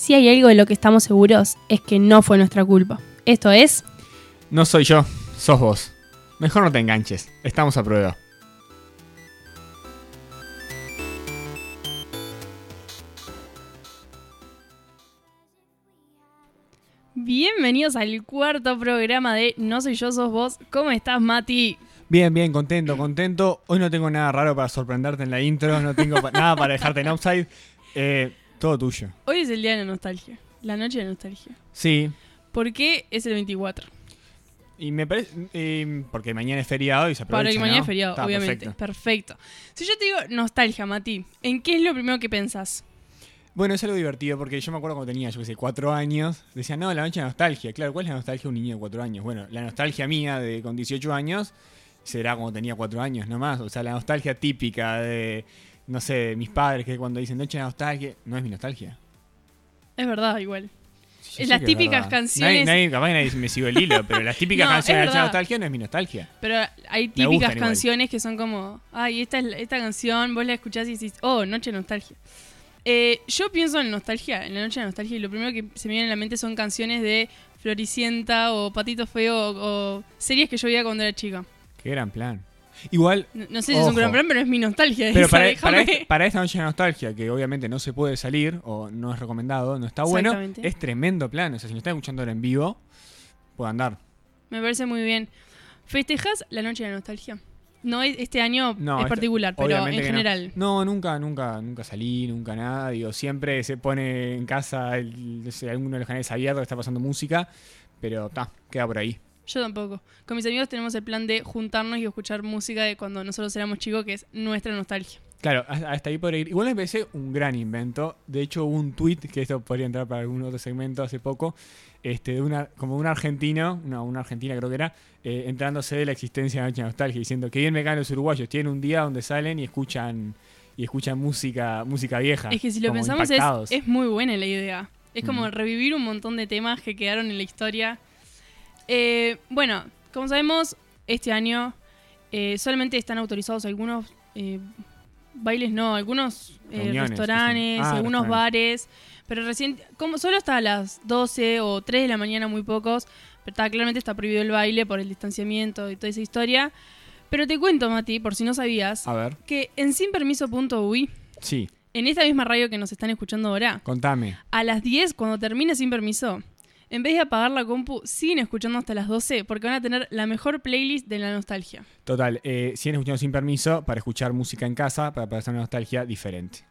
si hay algo de lo que estamos seguros es que no fue nuestra culpa. Esto es... No soy yo, sos vos. Mejor no te enganches, estamos a prueba. Bienvenidos al cuarto programa de No soy yo, sos vos. ¿Cómo estás, Mati? Bien, contento. Hoy no tengo nada raro para sorprenderte en la intro, no tengo nada para dejarte en outside. Todo tuyo. Hoy es el día de la nostalgia, la noche de la nostalgia. Sí. ¿Por qué es el 24? Y me parece... porque mañana es feriado y se aprovecha, Para que mañana ¿no? es feriado, Está, obviamente. Perfecto. Si yo te digo nostalgia, Mati, ¿en qué es lo primero que pensás? Bueno, es algo divertido porque yo me acuerdo cuando tenía, 4 años, decían, no, la noche de nostalgia. Claro, ¿cuál es la nostalgia de un niño de 4 años? Bueno, la nostalgia mía con 18 años será cuando tenía 4 años nomás. O sea, la nostalgia típica de, no sé, de mis padres que cuando dicen noche de nostalgia, no es mi nostalgia. Es verdad, igual. Sí, Es las típicas canciones... Capaz que nadie me sigue el hilo, pero las típicas No, canciones de es noche de verdad. nostalgia no es mi nostalgia. Pero hay Me típicas gustan igual. canciones que son como... Ay, esta canción, vos la escuchás y decís... Oh, noche de nostalgia. Yo pienso en nostalgia, en la noche de nostalgia, y lo primero que se me viene a la mente son canciones de Floricienta o Patito Feo o series que yo veía cuando era chica. Qué gran plan. Igual... No sé si es un gran plan, pero es mi nostalgia. Pero esa, para esta noche de nostalgia, que obviamente no se puede salir, o no es recomendado, no está bueno, Exactamente. es tremendo plan. O sea, si lo estás escuchando ahora en vivo, puede andar. Me parece muy bien. ¿Festejás la noche de la nostalgia? No, este año No, es particular, pero obviamente en que general. No, nunca salí, nunca nada. Digo, siempre se pone en casa alguno de los canales abiertos que está pasando música, pero queda por ahí. Yo tampoco. Con mis amigos tenemos el plan de juntarnos y escuchar música de cuando nosotros éramos chicos, que es nuestra nostalgia. Claro, hasta ahí podría ir. Igual me parece un gran invento. De hecho, hubo un tweet, que esto podría entrar para algún otro segmento hace poco, de un argentino, una argentina creo que era, entrándose de la existencia de la noche de nostalgia, diciendo que bien me caen los uruguayos, tienen un día donde salen y escuchan música vieja. Es que si lo como pensamos impactados. es muy buena la idea. Es como revivir un montón de temas que quedaron en la historia. Bueno, como sabemos, este año solamente están autorizados algunos bailes, no, algunos Reuniones, restaurantes, algunos bares, pero recién, como solo hasta las 12 o 3 de la mañana, muy pocos, pero claramente está prohibido el baile por el distanciamiento y toda esa historia. Pero te cuento, Mati, por si no sabías, A ver. que en sinpermiso.ui, Sí, en esta misma radio que nos están escuchando ahora, contame. a las 10, cuando termine Sin Permiso, en vez de apagar la compu, siguen escuchando hasta las 12 porque van a tener la mejor playlist de la nostalgia. Total, siguen escuchando sin permiso para escuchar música en casa, para pasar una nostalgia diferente.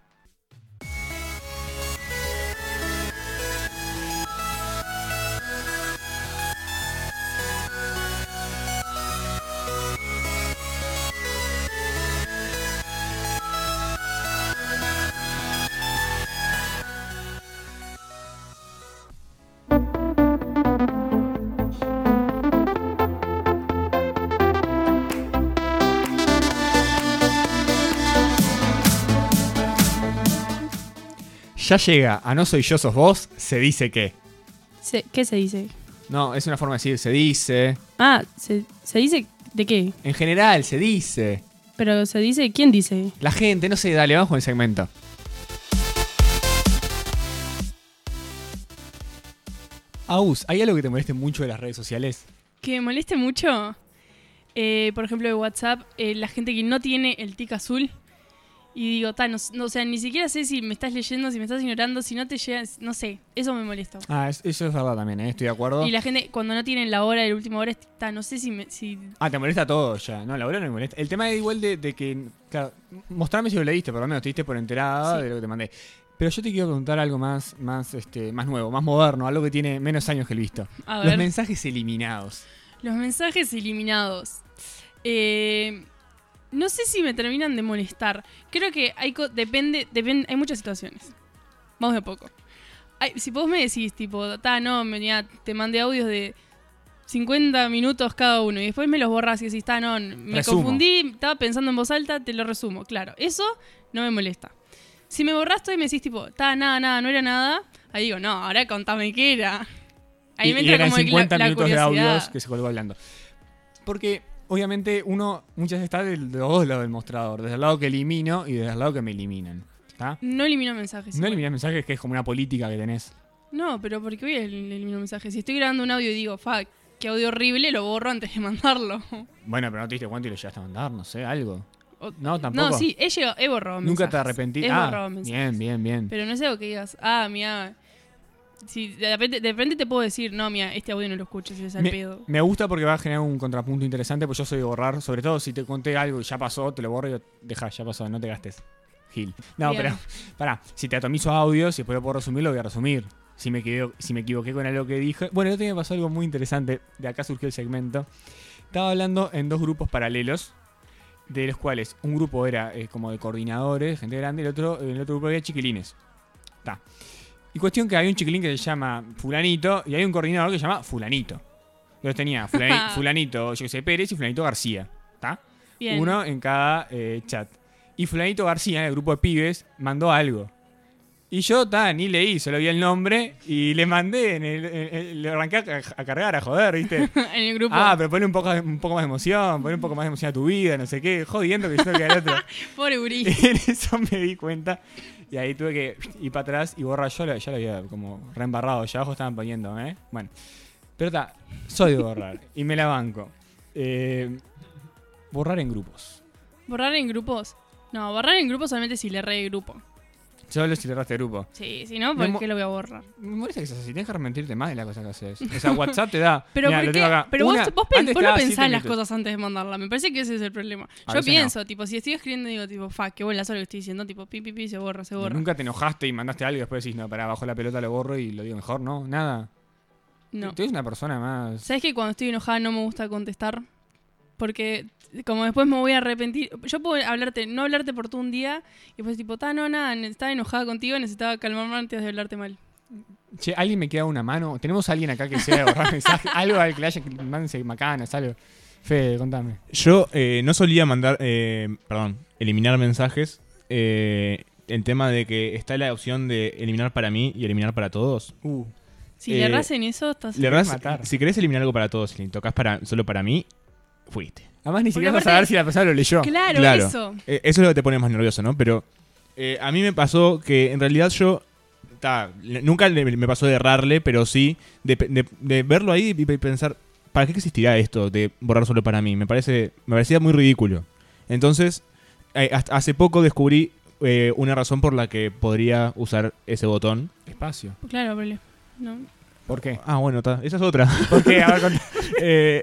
Ya llega a No soy yo, sos vos, se dice que. ¿Qué se dice? No, es una forma de decir, se dice. Ah, ¿se dice de qué? En general, se dice. Pero se dice, ¿quién dice? La gente, no sé, dale, vamos con el segmento. Aus, ¿hay algo que te moleste mucho de las redes sociales? Que me moleste mucho, por ejemplo, de WhatsApp, la gente que no tiene el tic azul. Y digo, o sea, ni siquiera sé si me estás leyendo, si me estás ignorando, si no te llega, no sé, eso me molesta. Eso es verdad también, estoy de acuerdo. Y la gente, cuando no tienen la hora, el última hora, no sé si... Te molesta todo ya. No, la hora no me molesta. El tema es igual de que, claro, mostrame si lo leíste, por lo menos te diste por enterada de lo que te mandé. Pero yo te quiero preguntar algo más nuevo, más moderno, algo que tiene menos años que el visto. A Los ver. mensajes eliminados. Los mensajes eliminados. No sé si me terminan de molestar. Creo que depende, hay muchas situaciones. Vamos de a poco. Si vos me decís, tipo, te mandé audios de 50 minutos cada uno y después me los borrás y decís, me Resumo. confundí, estaba pensando en voz alta, te lo resumo. Claro, eso no me molesta. Si me borrás todo y me decís, tipo, nada, no era nada, ahí digo, no, ahora contame qué era. Ahí me entra eran como 50 la minutos de curiosidad. audios que se colgó hablando. Porque obviamente uno muchas veces está de los dos lados del mostrador, desde el lado que elimino y desde el lado que me eliminan. ¿Está? No elimino mensajes. No igual. eliminas mensajes, que es como una política que tenés. No, pero ¿por qué voy a eliminar un mensaje? Si estoy grabando un audio y digo, qué audio horrible, lo borro antes de mandarlo. Bueno, pero no te diste cuenta y lo llegaste a mandar, no sé, algo. No, tampoco. No, sí, he borrado mensajes. Nunca te arrepentí. He borrado mensajes. Bien. Pero no es algo que digas, mira, si de repente te puedo decir, no, mira, este audio no lo escuches, es al pedo. Me gusta porque va a generar un contrapunto interesante, pues yo soy de borrar, sobre todo si te conté algo y ya pasó, te lo borro y dejá, ya pasó, no te gastes. Gil. No, Bien. pero, pará, si te atomizo audios y después lo puedo resumir, lo voy a resumir. Si me equivoqué con algo que dije. Bueno, el otro día me pasó algo muy interesante, de acá surgió el segmento. Estaba hablando en 2 grupos paralelos, de los cuales un grupo era como de coordinadores, gente grande, y el otro grupo había chiquilines. Está. Y cuestión que hay un chiquilín que se llama Fulanito y hay un coordinador que se llama Fulanito. Entonces tenía Fulanito, yo que sé, Pérez y Fulanito García. ¿Está? Bien. Uno en cada chat. Y Fulanito García, el grupo de pibes, mandó algo. Y yo ni leí, solo vi el nombre y le mandé, le arranqué a cargar, a joder, ¿viste? En el grupo. Pero ponle un poco más de emoción, ponle un poco más de emoción a tu vida, no sé qué, jodiendo que yo que al otro. Pobre Uri. Y en eso me di cuenta y ahí tuve que ir para atrás y borrar. Yo ya lo había como reembarrado, ya abajo estaban poniendo, Bueno, pero soy de borrar y me la banco. Borrar en grupos. ¿Borrar en grupos? No, borrar en grupos solamente si le re grupo. Solo si le erraste grupo. Sí, si no, ¿por qué lo voy a borrar? Me molesta que seas así, te deja mentirte más de las cosas que haces. O sea, WhatsApp te da. Pero, mirá, ¿por lo qué? tengo acá. Pero vos no estaba pensás 7 las minutos. cosas antes de mandarla. Me parece que ese es el problema. A Yo veces pienso, tipo, si estoy escribiendo, digo, tipo, qué bolazo lo que estoy diciendo, tipo, pi, se borra. Nunca te enojaste y mandaste algo y después decís, no, pará, bajo la pelota lo borro y lo digo mejor, ¿no? Nada. No. Tú eres una persona más. ¿Sabes que cuando estoy enojada no me gusta contestar? Porque como después me voy a arrepentir. Yo puedo no hablarte por todo un día y después tipo, nada, estaba enojada contigo, necesitaba calmarme antes de hablarte mal. Che, ¿alguien me queda una mano? ¿Tenemos a alguien acá que sea de borrar mensajes? Algo al que le haya mándense macanas, algo. Fede, contame. Yo no solía eliminar mensajes. El tema de que está la opción de eliminar para mí y eliminar para todos. Si le erras en eso, estás... Si querés eliminar algo para todos y le tocas solo para mí, fuiste. Además ni siquiera vas a ver si la persona lo leyó. Claro. Eso. Eso es lo que te pone más nervioso, ¿no? Pero a mí me pasó que en realidad yo... nunca me pasó de errarle, pero sí de verlo ahí y pensar, ¿para qué existirá esto de borrar solo para mí? Me parecía muy ridículo. Entonces, hace poco descubrí una razón por la que podría usar ese botón. Espacio. Claro, pero no. ¿Por qué? Bueno, esa es otra. ¿Por qué? A ver,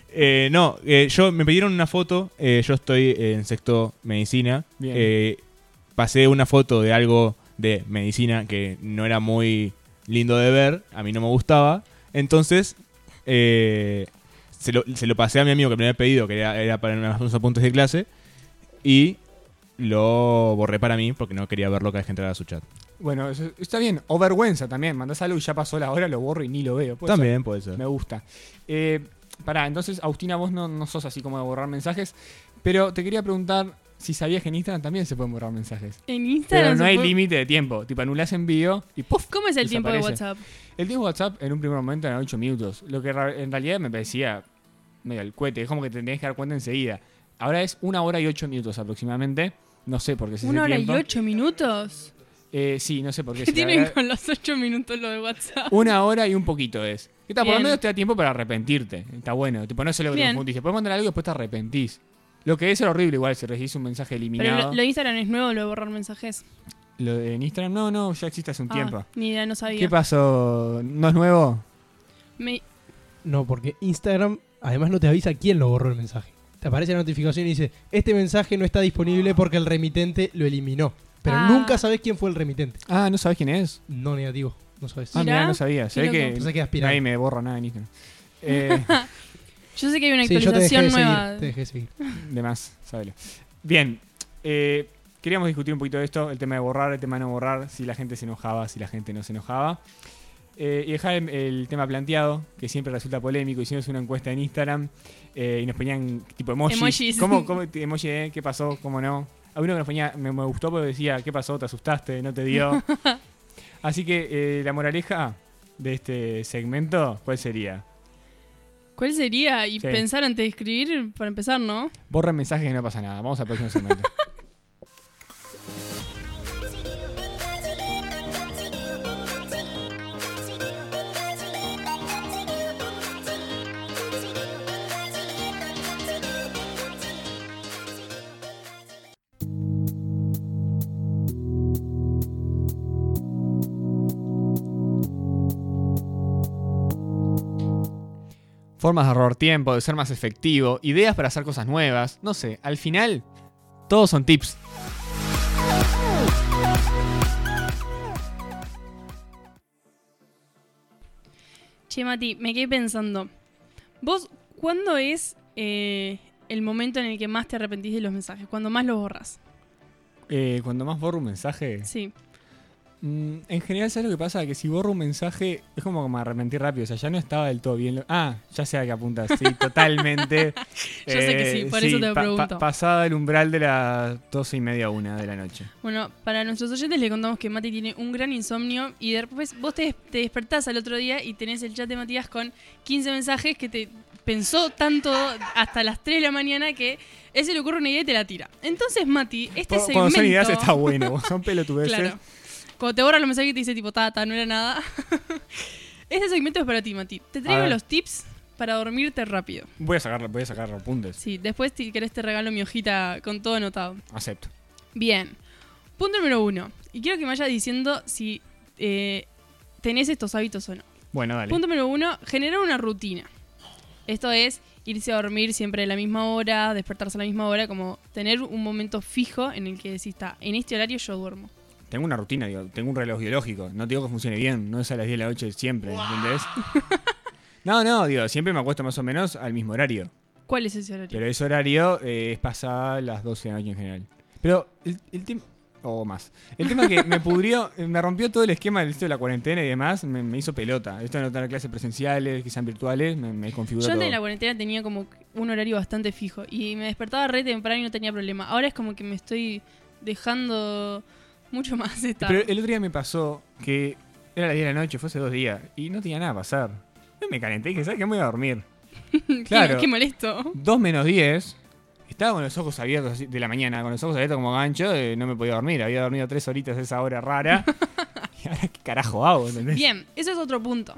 yo me pidieron una foto. Yo estoy en sexto medicina. Bien. Pasé una foto de algo de medicina que no era muy lindo de ver. A mí no me gustaba. Entonces, se lo pasé a mi amigo que me había pedido, que era para unos apuntes de clase. Y lo borré para mí porque no quería verlo cada vez que entrara a su chat. Bueno, eso está bien. O vergüenza también. Mandás algo y ya pasó la hora, lo borro y ni lo veo. También puede ser. Me gusta. Entonces, Agustina, vos no sos así como de borrar mensajes. Pero te quería preguntar si sabías que en Instagram también se pueden borrar mensajes. En Instagram Pero no hay límite de tiempo. Tipo, anulás envío y ¡puf! ¿Cómo es el tiempo de desaparece. WhatsApp? El tiempo de WhatsApp en un primer momento eran 8 minutos. Lo que en realidad me parecía medio el cohete. Es como que te tenías que dar cuenta enseguida. Ahora es 1 hora y 8 minutos aproximadamente. No sé por qué es ese ¿1 hora tiempo. y 8 minutos? Sí, no sé por qué. ¿Qué tienen con los 8 minutos lo de WhatsApp? 1 hora y un poquito es. Por lo Bien. menos te da tiempo para arrepentirte. Está bueno. Tipo, no se lo que te Bien. confundiste. Puedes mandar algo y después te arrepentís. Lo que es horrible igual si recibís un mensaje Pero eliminado. lo de Instagram es nuevo, lo de borrar mensajes. Lo de en Instagram, no, ya existe hace un tiempo. Ni idea, no sabía. ¿Qué pasó? ¿No es nuevo? No, porque Instagram además no te avisa quién lo borró el mensaje. Te aparece la notificación y dice, este mensaje no está disponible porque el remitente lo eliminó. Pero nunca sabes quién fue el remitente. ¿No sabes quién es? No, negativo. No sabes. Mirá, no sabía. Se ve que Entonces quedas pirata. nadie me borra nada en Instagram. Yo sé que hay una Sí, yo te dejé actualización de nueva. seguir, te dejé de seguir. De más, sábelo. Bien, queríamos discutir un poquito de esto, el tema de borrar, el tema de no borrar, si la gente se enojaba, si la gente no se enojaba. Y dejar el tema planteado, que siempre resulta polémico. Hicimos una encuesta en Instagram y nos ponían tipo emojis. ¿Cómo emoji, ¿qué pasó? ¿Cómo no? A uno que nos ponía, me gustó porque decía, ¿qué pasó? ¿Te asustaste? ¿No te dio? Así que la moraleja de este segmento, ¿cuál sería? ¿Cuál sería? Y Sí. pensar antes de escribir, para empezar, ¿no? Borren mensajes que no pasa nada. Vamos al próximo segmento. formas de ahorrar tiempo, de ser más efectivo, ideas para hacer cosas nuevas. No sé, al final, todos son tips. Che, Mati, me quedé pensando. ¿Vos cuándo es el momento en el que más te arrepentís de los mensajes? ¿Cuándo más los borras? Cuando más borro un mensaje... Sí. En general, ¿sabes lo que pasa? Que si borro un mensaje es como que me arrepentí rápido. O sea, ya no estaba del todo bien. Ya sé a qué apuntas. Sí, totalmente. Yo sé que sí, por eso te lo pregunto. Pasada el umbral de las 12:30, 1 de la noche. Bueno, para nuestros oyentes le contamos que Mati tiene un gran insomnio y después vos te despertás al otro día y tenés el chat de Matías con 15 mensajes que te pensó tanto hasta las 3 de la mañana que él se le ocurre una idea y te la tira. Entonces, Mati, segmento... Cuando son ideas está bueno. Cuando son pelotudeces... Claro. Cuando te borra los mensajes y te dice tipo, tata, no era nada. Este segmento es para ti, Mati. Te traigo los tips para dormirte rápido. Voy a sacar apuntes. Sí, después si querés te regalo mi hojita con todo anotado. Acepto. Bien. Punto número 1. Y quiero que me vayas diciendo si tenés estos hábitos o no. Bueno, dale. Punto número 1. Generar una rutina. Esto es irse a dormir siempre a la misma hora, despertarse a la misma hora, como tener un momento fijo en el que decís, en este horario yo duermo. Tengo una rutina, tengo un reloj biológico. No te digo que funcione bien, no es a las 10 de la noche siempre, ¿entendés? No, siempre me acuesto más o menos al mismo horario. ¿Cuál es ese horario? Pero ese horario es pasada las 12 de la noche en general. Pero el tema... O más. El tema que me rompió todo el esquema de la cuarentena y demás, me hizo pelota. Esto de no tener clases presenciales, que sean virtuales, me configuró Yo antes todo. de la cuarentena tenía como un horario bastante fijo y me despertaba re temprano y no tenía problema. Ahora es como que me estoy dejando mucho más estar. Pero el otro día me pasó que era las 10 de la noche, fue hace 2 días, y no tenía nada a pasar. Yo me calenté y dije, ¿sabes qué? Me voy a dormir. Claro. Qué molesto. 2 menos 10... Estaba con los ojos abiertos así, de la mañana, con los ojos abiertos como gancho, no me podía dormir. Había dormido 3 horitas a esa hora rara. Y ahora, ¿qué carajo hago? ¿Entendés? Bien, eso es otro punto.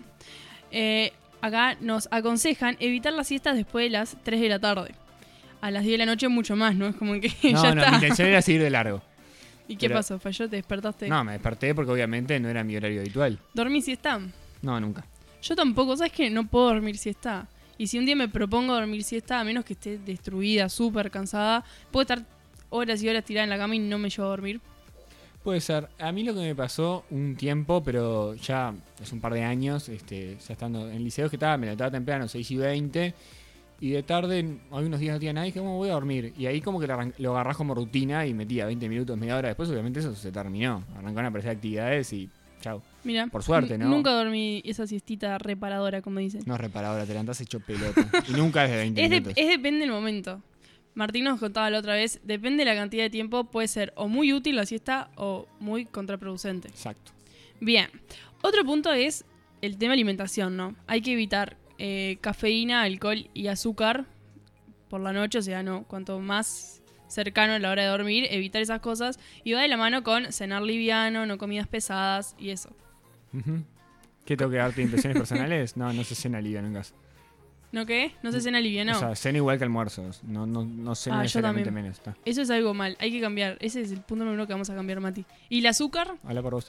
Acá nos aconsejan evitar las siestas después de las 3 de la tarde. A las 10 de la noche mucho más, ¿no? Es como que ya está. Mi intención era seguir de largo. ¿Y qué pasó? ¿Falló? ¿Te despertaste? No, me desperté porque obviamente no era mi horario habitual. ¿Dormí siesta? No, nunca. Yo tampoco, ¿sabes qué? No puedo dormir siesta. Y si un día me propongo dormir siesta, a menos que esté destruida, súper cansada, puedo estar horas y horas tirada en la cama y no me llevo a dormir. Puede ser. A mí lo que me pasó un tiempo, pero ya hace un par de años, ya estando en el liceo, que me levantaba temprano, 6:20, y de tarde, algunos días no tenía nada, y dije, ¿cómo voy a dormir? Y ahí como que lo agarrás como rutina y metía 20 minutos, media hora después, obviamente eso se terminó. Arrancaron a aparecer actividades y chau. Mira, por suerte, ¿no? Nunca dormí esa siestita reparadora, como dicen. No es reparadora, te levantás hecho pelota. Y nunca es de 20 minutos. Depende del momento. Martín nos contaba la otra vez, depende de la cantidad de tiempo, puede ser o muy útil la siesta o muy contraproducente. Exacto. Bien. Otro punto es el tema alimentación, ¿no? Hay que evitar cafeína, alcohol y azúcar por la noche, o sea, no, cuanto más cercano a la hora de dormir, evitar esas cosas y va de la mano con cenar liviano, no comidas pesadas y eso. ¿Qué tengo que darte impresiones personales? No se cena liviano en casa. ¿No qué? ¿No se cena liviano? O sea, cena igual que almuerzos. No cena necesariamente menos. Está. Eso es algo mal, hay que cambiar. Ese es el punto número 1 que vamos a cambiar, Mati. ¿Y el azúcar? Habla por vos.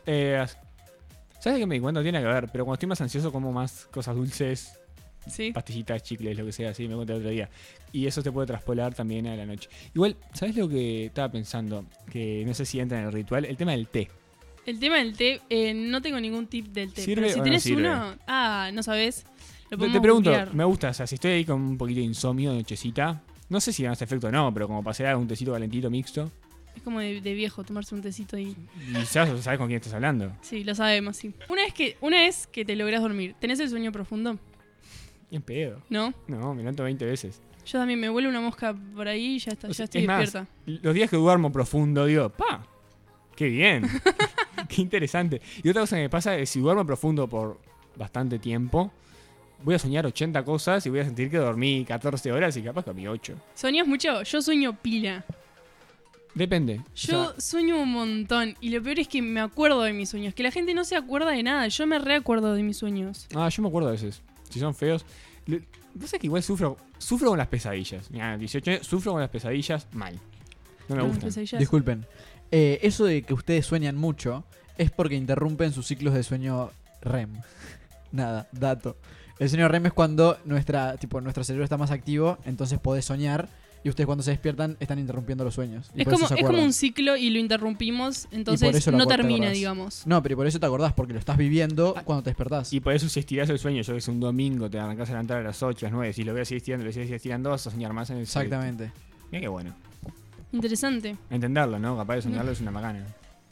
¿Sabes qué me di cuenta? No tiene que ver, pero cuando estoy más ansioso como más cosas dulces. Sí. Pastillitas, chicles, lo que sea, así me cuenta el otro día. Y eso te puede traspolar también a la noche. Igual, ¿sabes lo que estaba pensando? Que no sé si entra en el ritual. El tema del té. El tema del té, no tengo ningún tip del té. ¿Sirve pero si o tenés no sirve? uno, no sabés. Lo Te podemos pregunto, googlear. me gusta, o sea, si estoy ahí con un poquito de insomnio, de nochecita. No sé si me hace efecto o no, pero como pasar un tecito calentito mixto. Es como de viejo tomarse un tecito y... Y ya sabes con quién estás hablando. Sí, lo sabemos, sí. Una vez que te lográs dormir, ¿tenés el sueño profundo? Bien pedo. ¿No? No, me levanto 20 veces. Yo también me vuelve una mosca por ahí y ya está, O sea, ya estoy es más, despierta. los días que duermo profundo, digo, ¡pa! ¡Qué bien! ¡Qué interesante! Y otra cosa que me pasa es si duermo profundo por bastante tiempo, voy a soñar 80 cosas y voy a sentir que dormí 14 horas y capaz que dormí 8. ¿Soñás mucho? Yo sueño pila. Depende. Yo sueño un montón y lo peor es que me acuerdo de mis sueños. Que la gente no se acuerda de nada. Yo me reacuerdo de mis sueños. Yo me acuerdo a veces. Si son feos. Pasa que igual sufro con las pesadillas. Mira, 18 años, sufro con las pesadillas mal. No me Las gustan. pesadillas. Disculpen. Eso de que ustedes sueñan mucho es porque interrumpen sus ciclos de sueño REM. Nada, dato. El sueño REM es cuando nuestro cerebro está más activo, entonces podés soñar. Y ustedes cuando se despiertan están interrumpiendo los sueños. Y Es por eso como, se es como acuerdan. un ciclo y lo interrumpimos, por entonces eso no te termina, acordás. digamos. No, pero por eso te acordás, porque lo estás viviendo cuando te despertás. Y por eso si estirás el sueño, yo que es un domingo, te arrancás a levantar a las 8, a las 9, si lo voy a seguir estirando, lo sigues estirando, vas a soñar más en el Exactamente. Mira qué bueno. Interesante. Entenderlo, ¿no? Capaz de soñarlo es una macana.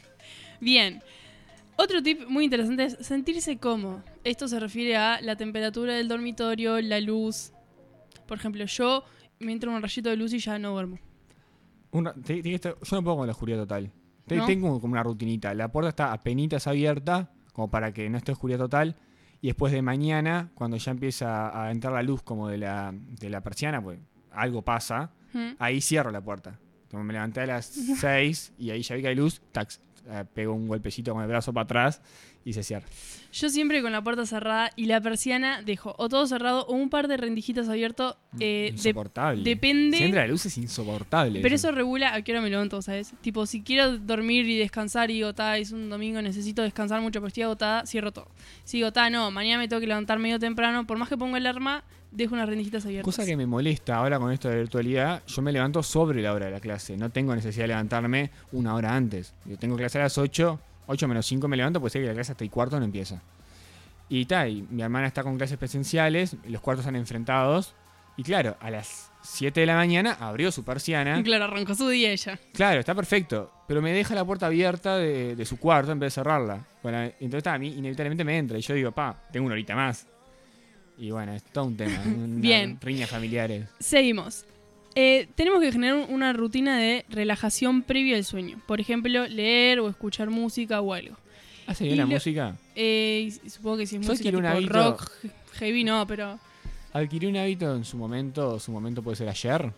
Bien. Otro tip muy interesante es sentirse cómodo. Esto se refiere a la temperatura del dormitorio, la luz. Por ejemplo, yo me entra un rayito de luz y ya no duermo. Yo no puedo con la oscuridad total. ¿No? Tengo como una rutinita. La puerta está apenitas abierta, como para que no esté oscuridad total. Y después de mañana, cuando ya empieza a entrar la luz como de la persiana, pues algo pasa, ahí cierro la puerta. Como me levanté a las 6 y ahí ya vi que hay luz, tax, pego un golpecito con el brazo para atrás y se cierra. Yo siempre con la puerta cerrada y la persiana dejo o todo cerrado o un par de rendijitas abiertos. Insoportable. Depende. Si entra la luz es insoportable. Pero eso regula a qué hora me levanto, ¿sabes? Tipo, si quiero dormir y descansar y digo, es un domingo, necesito descansar mucho, pero estoy agotada, cierro todo. Si digo, no, mañana me tengo que levantar medio temprano, por más que ponga el alarma, dejo unas rendijitas abiertas. Cosa que me molesta ahora con esto de la virtualidad, yo me levanto sobre la hora de la clase. No tengo necesidad de levantarme una hora antes. Yo tengo clase a las 8 menos 5 me levanto, pues sé que la clase hasta el cuarto no empieza. Y mi hermana está con clases presenciales, los cuartos están enfrentados. Y claro, a las 7 de la mañana abrió su persiana. Y claro, arrancó su día ella. Claro, está perfecto. Pero me deja la puerta abierta de su cuarto en vez de cerrarla. Bueno, entonces a mí inevitablemente me entra. Y yo digo, tengo una horita más. Y bueno, es todo un tema. Bien. Riñas familiares. Seguimos. Tenemos que generar una rutina de relajación previa al sueño. Por ejemplo, leer o escuchar música o algo. ¿Hace bien la música? Supongo que si es Yo música adquirí un tipo hábito- rock, heavy no, pero... Adquirí un hábito en su momento puede ser ayer,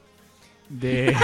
de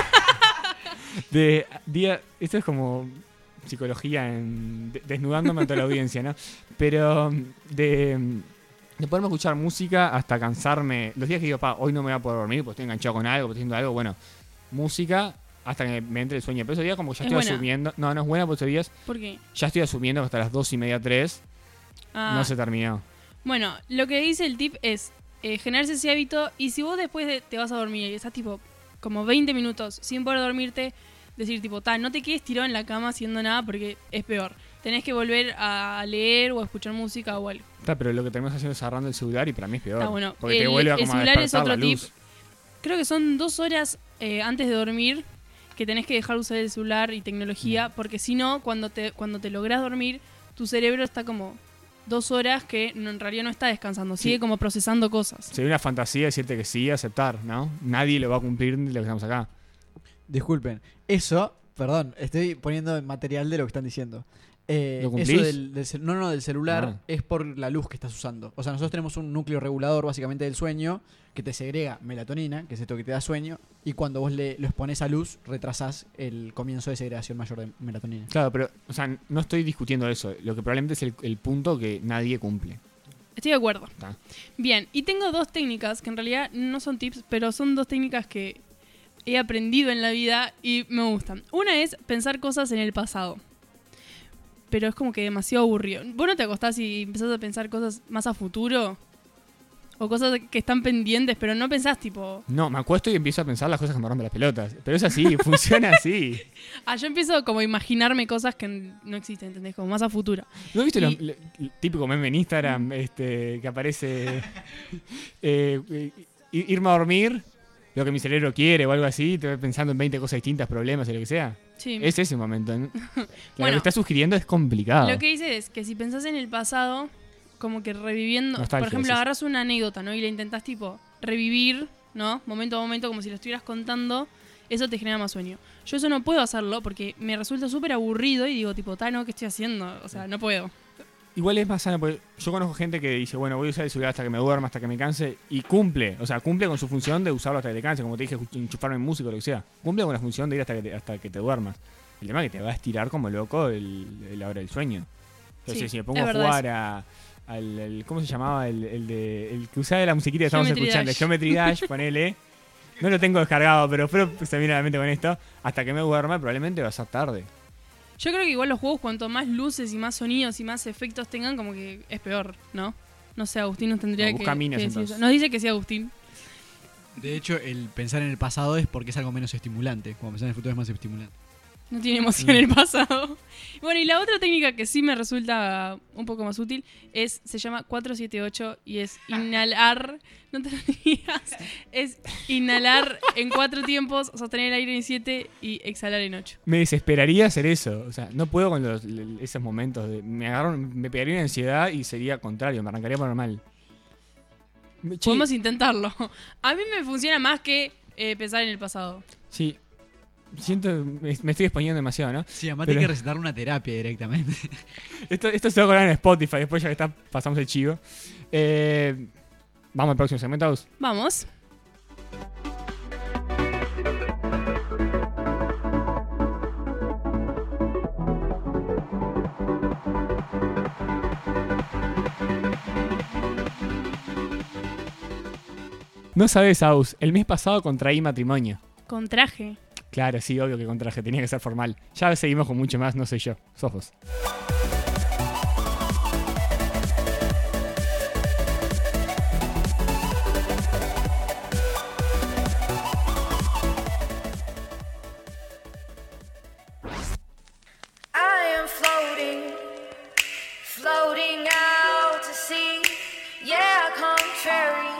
esto es como psicología desnudándome ante la audiencia, ¿no? Pero de poderme escuchar música hasta cansarme. Los días que digo, hoy no me voy a poder dormir porque estoy enganchado con algo, porque estoy haciendo algo, bueno, música hasta que me entre el sueño. Pero esos días como ya Es estoy buena. asumiendo, no es buena, porque esos días ¿Por qué? ya estoy asumiendo que hasta las 2:30, 3 no se terminó. Bueno, lo que dice el tip es generarse ese hábito y si vos después te vas a dormir y estás tipo como 20 minutos sin poder dormirte, decir tipo, no te quedes tirado en la cama haciendo nada porque es peor. Tenés que volver a leer o a escuchar música o algo. Pero lo que terminamos haciendo es agarrando el celular y para mí es peor. Está bueno. Porque te vuelve a El como a celular es despertar otro la tip. luz. Creo que son 2 horas antes de dormir que tenés que dejar de usar el celular y tecnología, porque si no, cuando te lográs dormir, tu cerebro está como 2 horas que en realidad no está descansando, Sí. sigue como procesando cosas. Sería una fantasía decirte que sí, aceptar, ¿no? Nadie lo va a cumplir de lo que estamos acá. Disculpen. Eso, perdón, estoy poniendo material de lo que están diciendo. ¿Lo cumplís? Eso del celular Ah. es por la luz que estás usando. O sea, nosotros tenemos un núcleo regulador básicamente del sueño que te segrega melatonina, que es esto que te da sueño, y cuando vos lo exponés a luz, retrasás el comienzo de segregación mayor de melatonina. Claro, pero, o sea, no estoy discutiendo eso. Lo que probablemente es el punto que nadie cumple. Estoy de acuerdo. Está. Bien, y tengo 2 técnicas que en realidad no son tips, pero son 2 técnicas que he aprendido en la vida y me gustan. Una es pensar cosas en el pasado. Pero es como que demasiado aburrido. ¿Vos no te acostás y empezás a pensar cosas más a futuro? O cosas que están pendientes, pero no pensás tipo... No, me acuesto y empiezo a pensar las cosas que me rompen las pelotas. Pero es así, funciona así. Yo empiezo como a imaginarme cosas que no existen, ¿entendés? Como más a futuro. ¿No viste Y- el típico meme en Instagram que aparece irme a dormir, lo que mi cerebro quiere o algo así, te vas pensando en 20 cosas distintas, problemas y lo que sea? Sí. Es ese momento. ¿no? Lo Bueno, que estás sugiriendo es complicado. Lo que dice es que si pensás en el pasado, como que reviviendo, Nostalgia, por ejemplo, decís. agarras una anécdota, ¿no? Y la intentás tipo revivir, ¿no? Momento a momento, como si lo estuvieras contando, eso te genera más sueño. Yo eso no puedo hacerlo porque me resulta súper aburrido y digo tipo, ¿no? ¿Qué estoy haciendo? O sea, no puedo. Igual es más sano, porque yo conozco gente que dice, bueno, voy a usar el celular hasta que me duerma, hasta que me canse, y cumple. O sea, cumple con su función de usarlo hasta que te canse, como te dije, enchufarme en música o lo que sea. Cumple con la función de ir hasta que te duermas. El tema es que te va a estirar como loco la hora del sueño. Entonces, Sí, si me pongo es a verdad jugar al ¿cómo se llamaba? El que usaba la musiquita que estábamos Geometry escuchando, Dash. Geometry Dash, ponele. No lo tengo descargado, pero se me viene a la mente con esto. Hasta que me duerma, probablemente va a ser tarde. Yo creo que igual los juegos, cuanto más luces y más sonidos y más efectos tengan, como que es peor, ¿no? No sé, Agustín nos tendría No, busca que minas, decir entonces. eso. Nos dice que sí, Agustín. De hecho, el pensar en el pasado es porque es algo menos estimulante. Como pensar en el futuro es más estimulante. No tiene emoción el pasado. Bueno, y la otra técnica que sí me resulta un poco más útil se llama 478 y es inhalar, no te rías, es inhalar en 4 tiempos, sostener el aire en 7 y exhalar en 8. Me desesperaría hacer eso. O sea, no puedo con esos momentos. Me pegaría una ansiedad y sería contrario, me arrancaría por normal. Che, Podemos intentarlo. A mí me funciona más que pensar en el pasado. sí, me estoy exponiendo demasiado, ¿no? Sí, además Pero- hay que recetar una terapia directamente. Esto se va a colar en Spotify, después ya que pasamos el chivo. Vamos al próximo segmento, Agus. Vamos. No sabes, Aus, el mes pasado contraí matrimonio. Con traje. Claro, sí, obvio que contraje, tenía que ser formal. Ya seguimos con mucho más, no soy yo, sos vos. I am floating out to sea. Yeah, contrary.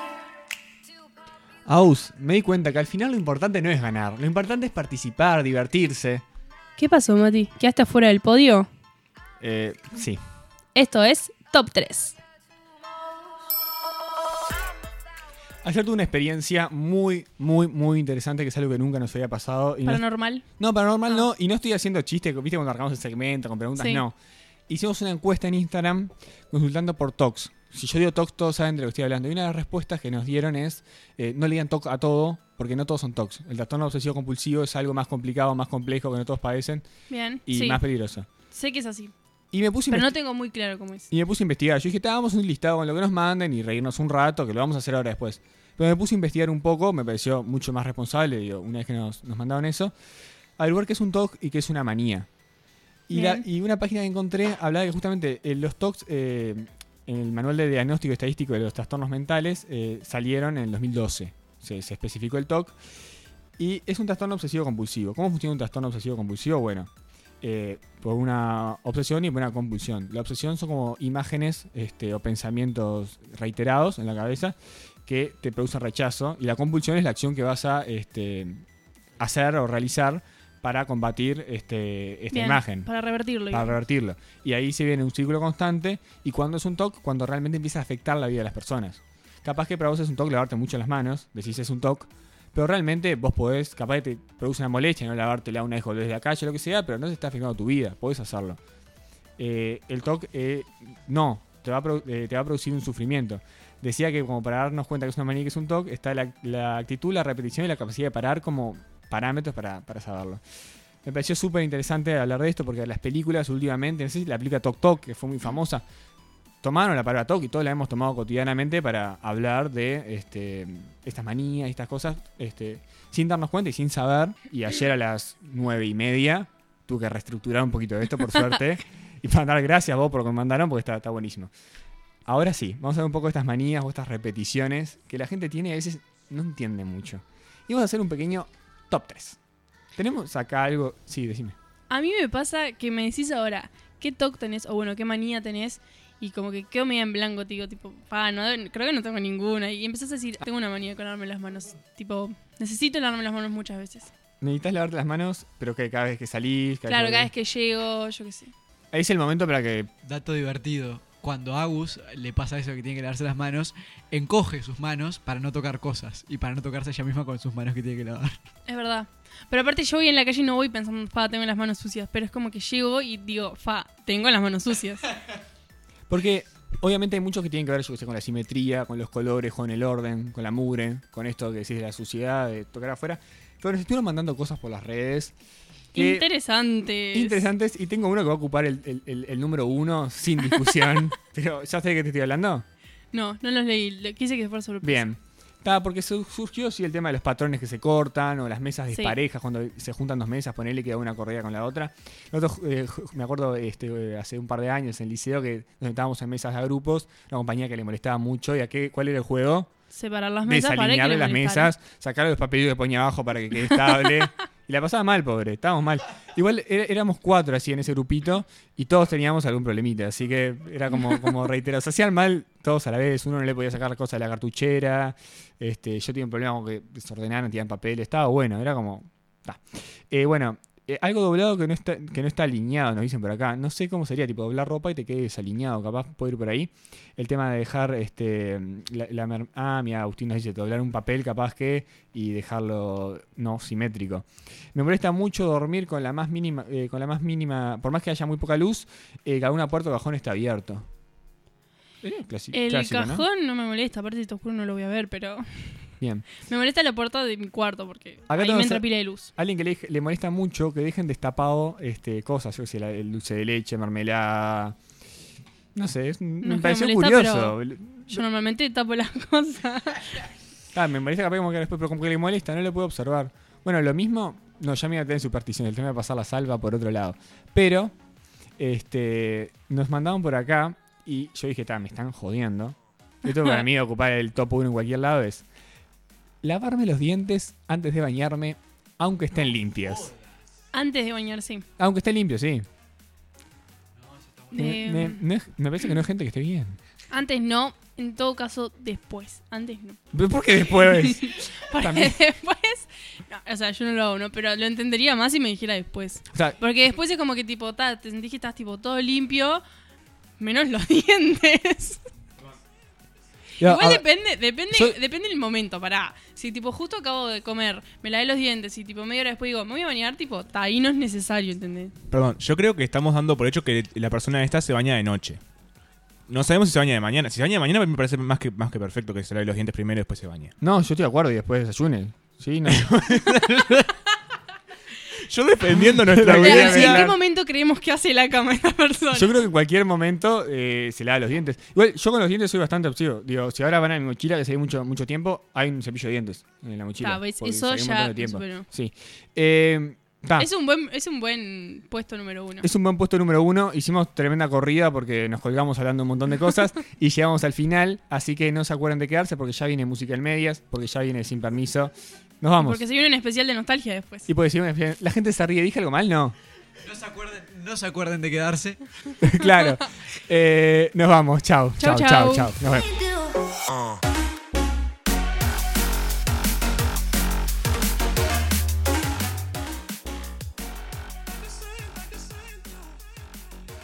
Aus, me di cuenta que al final lo importante no es ganar, lo importante es participar, divertirse. ¿Qué pasó, Mati? ¿Quedaste afuera del podio? Sí. Esto es Top 3. Ayer tuve una experiencia muy, muy, muy interesante que es algo que nunca nos había pasado. Y Paranormal. no, paranormal no. Y no estoy haciendo chistes, viste cuando arrancamos el segmento con preguntas, Sí. no. Hicimos una encuesta en Instagram consultando por TOCs. Si yo digo TOCs, todos saben de lo que estoy hablando. Y una de las respuestas que nos dieron es, no le digan TOC a todo, porque no todos son TOCs. El trastorno obsesivo compulsivo es algo más complicado, más complejo, que no todos padecen, Bien. y sí. más peligroso. Sé que es así. Y me puse a Pero no investi- tengo muy claro cómo es. y me puse a investigar. Yo dije, vamos a un listado con lo que nos manden y reírnos un rato, que lo vamos a hacer ahora después. Pero me puse a investigar un poco, me pareció mucho más responsable, digo, una vez que nos mandaron eso, averiguar qué es un TOC y qué es una manía. Bien. Y una página que encontré hablaba que justamente los TOCs, en el manual de diagnóstico estadístico de los trastornos mentales, salieron en el 2012. Se especificó el TOC. Y es un trastorno obsesivo compulsivo. ¿Cómo funciona un trastorno obsesivo compulsivo? Bueno, por una obsesión y por una compulsión. La obsesión son como imágenes o pensamientos reiterados en la cabeza que te producen rechazo, y la compulsión es la acción que vas a hacer o realizar para combatir esta Bien, imagen, Para revertirlo. para digamos. revertirlo. Y ahí se viene un círculo constante. Y cuando es un TOC, cuando realmente empieza a afectar la vida de las personas. Capaz que para vos es un TOC lavarte mucho las manos, decís es un TOC, pero realmente vos podés, capaz que te produce una molestia no lavártela una vez o desde la calle o lo que sea, pero no te está afectando tu vida, podés hacerlo. El TOC no, te va a producir un sufrimiento. Decía que como para darnos cuenta que es una manía, que es un TOC, está la actitud, la repetición y la capacidad de parar como parámetros para saberlo. Me pareció súper interesante hablar de esto porque las películas últimamente, no sé si la película Tok Tok, que fue muy famosa, tomaron la palabra TOC y todos la hemos tomado cotidianamente para hablar de estas manías y estas cosas sin darnos cuenta y sin saber. Y ayer a las 9:30 tuve que reestructurar un poquito de esto, por suerte. Y para dar gracias a vos por lo que me mandaron, porque está buenísimo. Ahora sí, vamos a ver un poco estas manías o estas repeticiones que la gente tiene y a veces no entiende mucho. Y vamos a hacer un pequeño top 3. ¿Tenemos acá algo? Sí, decime. A mí me pasa que me decís ahora qué TOC tenés, o bueno, qué manía tenés, y como que quedo media en blanco, te digo, tipo, creo que no tengo ninguna. Y empezás a decir, tengo una manía con lavarme las manos. Tipo, necesito lavarme las manos muchas veces. Necesitas lavarte las manos, pero que cada vez que salís... Claro, cada vez que llego, yo qué sé. Ahí es el momento para que... Dato divertido. Cuando a Agus le pasa eso que tiene que lavarse las manos, encoge sus manos para no tocar cosas y para no tocarse ella misma con sus manos que tiene que lavar. Es verdad. Pero aparte yo voy en la calle y no voy pensando, tengo las manos sucias. Pero es como que llego y digo, tengo las manos sucias. Porque obviamente hay muchos que tienen que ver, yo que sé, con la simetría, con los colores, con el orden, con la mugre, con esto que decís de la suciedad, de tocar afuera. Pero nos estuvieron mandando cosas por las redes. que- Interesantes. Interesantes. Y tengo uno que va a ocupar el número 1 sin discusión. Pero ¿ya sé de qué te estoy hablando? No los leí. Quise que fuera sorpresa. Bien. Porque surgió sí el tema de los patrones que se cortan o las mesas Sí. desparejas cuando se juntan dos mesas, ponele que una correa con la otra. Nosotros, me acuerdo hace un par de años en el liceo que nos estábamos en mesas de grupos, una compañía que le molestaba mucho. ¿Cuál era el juego? Separar las mesas para que Desalinearle le las molestara. mesas, sacarle los papelitos que ponía abajo para que quede estable. Y la pasaba mal, pobre, estábamos mal. Igual éramos 4 así en ese grupito y todos teníamos algún problemita, así que era como reiterado. Se hacían mal todos a la vez, uno no le podía sacar cosas de la cartuchera, yo tenía un problema con que desordenaran, tiraban papel, estaba bueno, era como... Bueno, algo doblado que no está alineado, nos dicen por acá. No sé cómo sería, tipo doblar ropa y te quede desalineado, capaz puede ir por ahí. El tema de dejar mira, Agustín nos dice doblar un papel capaz que y dejarlo no simétrico. Me molesta mucho dormir con la más mínima, por más que haya muy poca luz, que alguna puerta o cajón está abierto. El Clásico, cajón no me molesta, aparte si está oscuro no lo voy a ver, pero Bien. me molesta la puerta de mi cuarto porque Acá ahí tenemos me entra a- pila de luz. Alguien que le molesta mucho que dejen destapado cosas, yo qué sé, el dulce de leche, mermelada. No sé, No me es que me pareció molesta, curioso. Yo normalmente tapo las cosas. Me molesta capaz como que después, pero como que le molesta, no lo puedo observar. Bueno, lo mismo, no, ya me iba a tener superstición, el tema de pasar la salva por otro lado. Pero, nos mandaban por acá y yo dije, me están jodiendo. Esto para mí ocupar el top 1 en cualquier lado es lavarme los dientes antes de bañarme, aunque estén limpios. Antes de bañar, sí. Aunque estén limpios, sí. Eh, Me parece que no es gente que esté bien. Antes no, en todo caso después. Antes no. ¿Pero por qué después? Porque También. después... No, o sea, yo no lo hago, ¿no? Pero lo entendería más si me dijera después. O sea, Porque después es como que tipo, te sentís que estás tipo todo limpio, menos los dientes. ya, Igual a ver, depende del momento, pará. Si tipo justo acabo de comer, me lavé los dientes y tipo media hora después digo, me voy a bañar, tipo, ahí no es necesario, ¿entendés? Perdón, yo creo que estamos dando por hecho que la persona esta se baña de noche. No sabemos si se baña de mañana. Si se baña de mañana me parece más que perfecto que se lave los dientes primero y después se bañe. no, yo estoy de acuerdo y después desayune. Sí, no. Yo defendiendo nuestra La O voy a sea, audiencia. ¿en qué velar. momento creemos que hace la cama esta persona? Yo creo que en cualquier momento se lava los dientes. Igual, yo con los dientes soy bastante obsesivo. Digo, si ahora van a mi mochila, que se ve mucho tiempo, hay un cepillo de dientes en la mochila. ¿ves? porque Eso se ve un ya montón de tiempo. superó. Sí. Es un buen puesto número 1. Es un buen puesto número 1. Hicimos tremenda corrida porque nos colgamos hablando un montón de cosas y llegamos al final. Así que no se acuerden de quedarse porque ya viene música en medias, porque ya viene sin permiso. Nos vamos. Porque se viene un especial de nostalgia después. Y porque si la gente se ríe, ¿dije algo mal? No. No se acuerden de quedarse. Claro. Nos vamos. Chau. Chau, Chau. chau. Nos vemos. We do.